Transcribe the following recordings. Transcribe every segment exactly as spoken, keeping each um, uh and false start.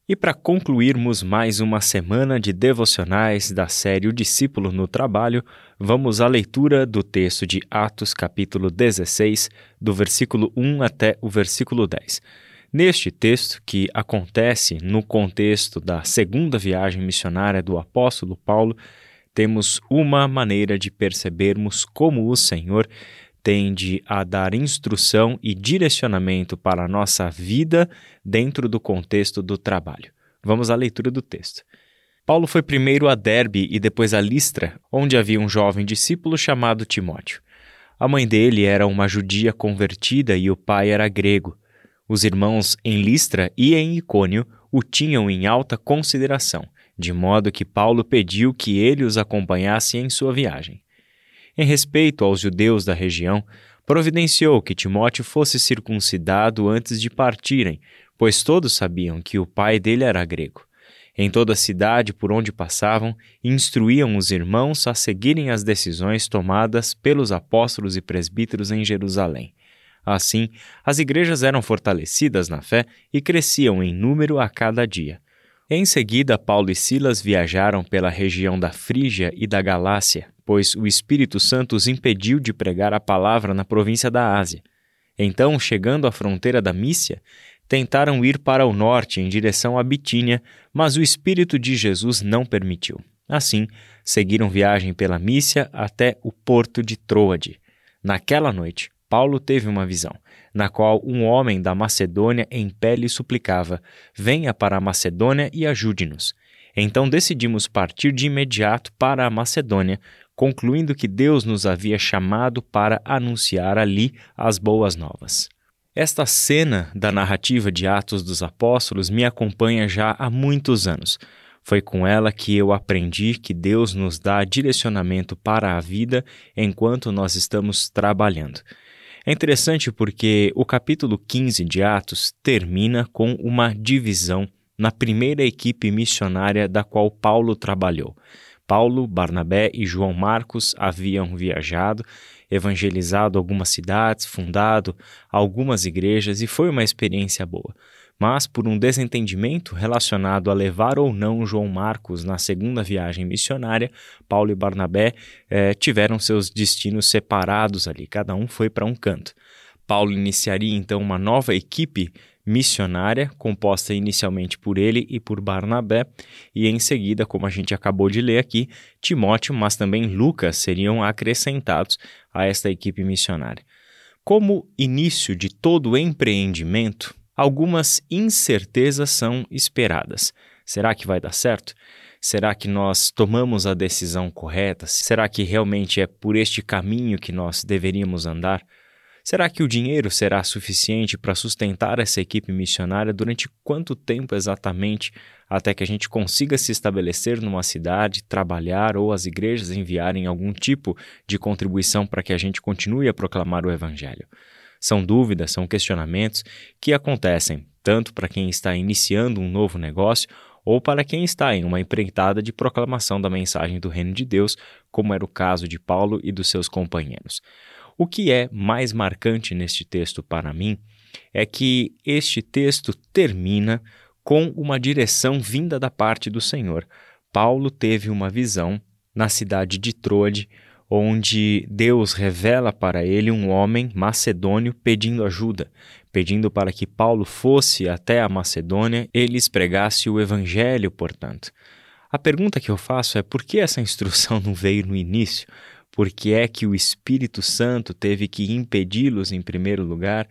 E para concluirmos mais uma semana de devocionais da série O Discípulo no Trabalho, vamos à leitura do texto de Atos capítulo dezesseis, do versículo um até o versículo dez. Neste texto, que acontece no contexto da segunda viagem missionária do apóstolo Paulo, temos uma maneira de percebermos como o Senhor tende a dar instrução e direcionamento para a nossa vida dentro do contexto do trabalho. Vamos à leitura do texto. Paulo foi primeiro a Derbe e depois a Listra, onde havia um jovem discípulo chamado Timóteo. A mãe dele era uma judia convertida e o pai era grego. Os irmãos em Listra e em Icônio o tinham em alta consideração, de modo que Paulo pediu que ele os acompanhasse em sua viagem. Em respeito aos judeus da região, providenciou que Timóteo fosse circuncidado antes de partirem, pois todos sabiam que o pai dele era grego. Em toda a cidade por onde passavam, instruíam os irmãos a seguirem as decisões tomadas pelos apóstolos e presbíteros em Jerusalém. Assim, as igrejas eram fortalecidas na fé e cresciam em número a cada dia. Em seguida, Paulo e Silas viajaram pela região da Frígia e da Galácia, pois o Espírito Santo os impediu de pregar a palavra na província da Ásia. Então, chegando à fronteira da Mícia, tentaram ir para o norte em direção à Bitínia, mas o Espírito de Jesus não permitiu. Assim, seguiram viagem pela Mícia até o porto de Troade. Naquela noite, Paulo teve uma visão, na qual um homem da Macedônia em pé lhe suplicava: venha para a Macedônia e ajude-nos. Então decidimos partir de imediato para a Macedônia, concluindo que Deus nos havia chamado para anunciar ali as boas novas. Esta cena da narrativa de Atos dos Apóstolos me acompanha já há muitos anos. Foi com ela que eu aprendi que Deus nos dá direcionamento para a vida enquanto nós estamos trabalhando. É interessante porque o capítulo quinze de Atos termina com uma divisão na primeira equipe missionária da qual Paulo trabalhou. Paulo, Barnabé e João Marcos haviam viajado, evangelizado algumas cidades, fundado algumas igrejas e foi uma experiência boa. Mas, por um desentendimento relacionado a levar ou não João Marcos na segunda viagem missionária, Paulo e Barnabé eh, tiveram seus destinos separados ali, cada um foi para um canto. Paulo iniciaria então uma nova equipe missionária, composta inicialmente por ele e por Barnabé, e em seguida, como a gente acabou de ler aqui, Timóteo, mas também Lucas seriam acrescentados a esta equipe missionária. Como início de todo empreendimento, algumas incertezas são esperadas. Será que vai dar certo? Será que nós tomamos a decisão correta? Será que realmente é por este caminho que nós deveríamos andar? Será que o dinheiro será suficiente para sustentar essa equipe missionária durante quanto tempo exatamente até que a gente consiga se estabelecer numa cidade, trabalhar ou as igrejas enviarem algum tipo de contribuição para que a gente continue a proclamar o Evangelho? São dúvidas, são questionamentos que acontecem tanto para quem está iniciando um novo negócio ou para quem está em uma empreitada de proclamação da mensagem do Reino de Deus, como era o caso de Paulo e dos seus companheiros. O que é mais marcante neste texto para mim é que este texto termina com uma direção vinda da parte do Senhor. Paulo teve uma visão na cidade de Troade, onde Deus revela para ele um homem macedônio pedindo ajuda, pedindo para que Paulo fosse até a Macedônia e lhes pregasse o Evangelho, portanto. A pergunta que eu faço é: por que essa instrução não veio no início? Por que é que o Espírito Santo teve que impedi-los, em primeiro lugar,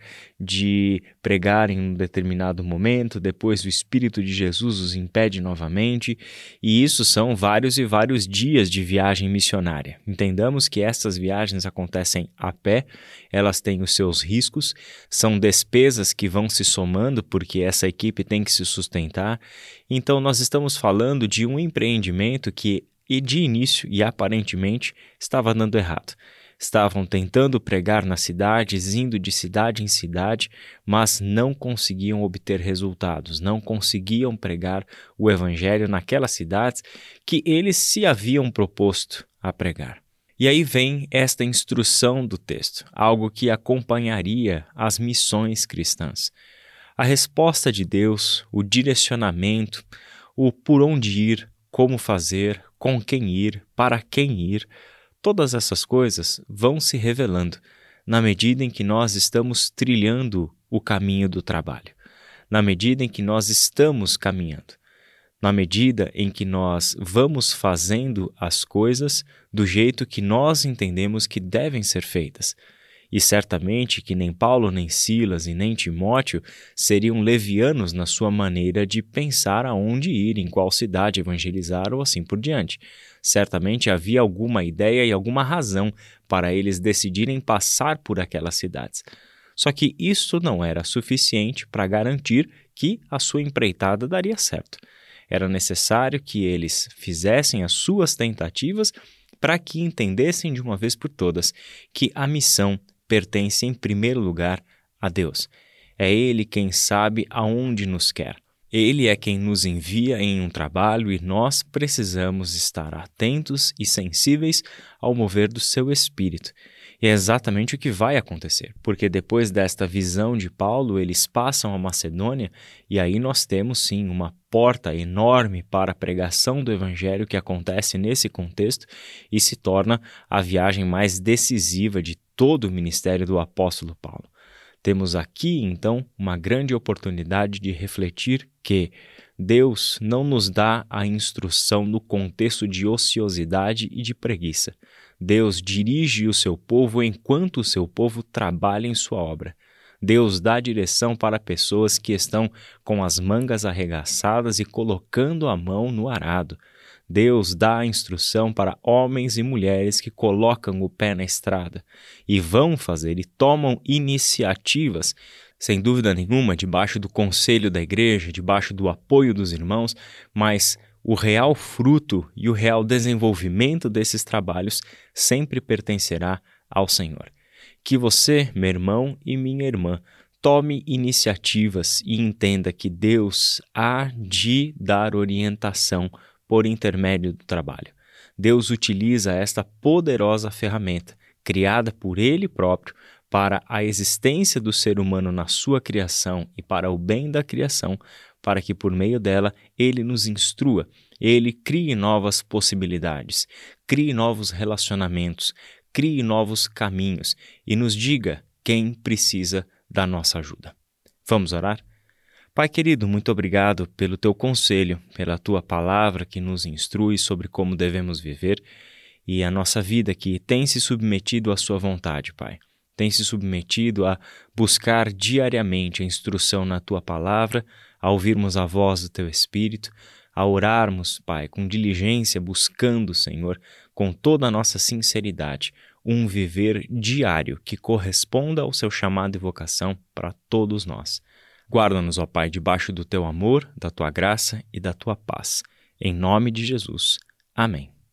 de pregar em um determinado momento, depois o Espírito de Jesus os impede novamente, e isso são vários e vários dias de viagem missionária. Entendamos que essas viagens acontecem a pé, elas têm os seus riscos, são despesas que vão se somando porque essa equipe tem que se sustentar, então nós estamos falando de um empreendimento que e de início, e aparentemente, estava dando errado. Estavam tentando pregar nas cidades, indo de cidade em cidade, mas não conseguiam obter resultados, não conseguiam pregar o Evangelho naquelas cidades que eles se haviam proposto a pregar. E aí vem esta instrução do texto, algo que acompanharia as missões cristãs. A resposta de Deus, o direcionamento, o por onde ir, como fazer, com quem ir, para quem ir, todas essas coisas vão se revelando na medida em que nós estamos trilhando o caminho do trabalho, na medida em que nós estamos caminhando, na medida em que nós vamos fazendo as coisas do jeito que nós entendemos que devem ser feitas. E certamente que nem Paulo, nem Silas e nem Timóteo seriam levianos na sua maneira de pensar aonde ir, em qual cidade evangelizar ou assim por diante. Certamente havia alguma ideia e alguma razão para eles decidirem passar por aquelas cidades. Só que isso não era suficiente para garantir que a sua empreitada daria certo. Era necessário que eles fizessem as suas tentativas para que entendessem de uma vez por todas que a missão pertence em primeiro lugar a Deus. É Ele quem sabe aonde nos quer. Ele é quem nos envia em um trabalho e nós precisamos estar atentos e sensíveis ao mover do seu Espírito. E é exatamente o que vai acontecer, porque depois desta visão de Paulo, eles passam a Macedônia e aí nós temos sim uma porta enorme para a pregação do Evangelho que acontece nesse contexto e se torna a viagem mais decisiva de todo o ministério do apóstolo Paulo. Temos aqui, então, uma grande oportunidade de refletir que Deus não nos dá a instrução no contexto de ociosidade e de preguiça. Deus dirige o seu povo enquanto o seu povo trabalha em sua obra. Deus dá direção para pessoas que estão com as mangas arregaçadas e colocando a mão no arado. Deus dá a instrução para homens e mulheres que colocam o pé na estrada e vão fazer e tomam iniciativas, sem dúvida nenhuma, debaixo do conselho da igreja, debaixo do apoio dos irmãos, mas o real fruto e o real desenvolvimento desses trabalhos sempre pertencerá ao Senhor. Que você, meu irmão e minha irmã, tome iniciativas e entenda que Deus há de dar orientação por intermédio do trabalho. Deus utiliza esta poderosa ferramenta, criada por Ele próprio, para a existência do ser humano na sua criação e para o bem da criação, para que por meio dela Ele nos instrua, Ele crie novas possibilidades, crie novos relacionamentos, crie novos caminhos e nos diga quem precisa da nossa ajuda. Vamos orar? Pai querido, muito obrigado pelo teu conselho, pela tua palavra que nos instrui sobre como devemos viver e a nossa vida que tem se submetido à sua vontade, Pai. Tem se submetido a buscar diariamente a instrução na tua palavra, a ouvirmos a voz do teu Espírito, a orarmos, Pai, com diligência, buscando, Senhor, com toda a nossa sinceridade, um viver diário que corresponda ao seu chamado e vocação para todos nós. Guarda-nos, ó Pai, debaixo do teu amor, da tua graça e da tua paz. Em nome de Jesus. Amém.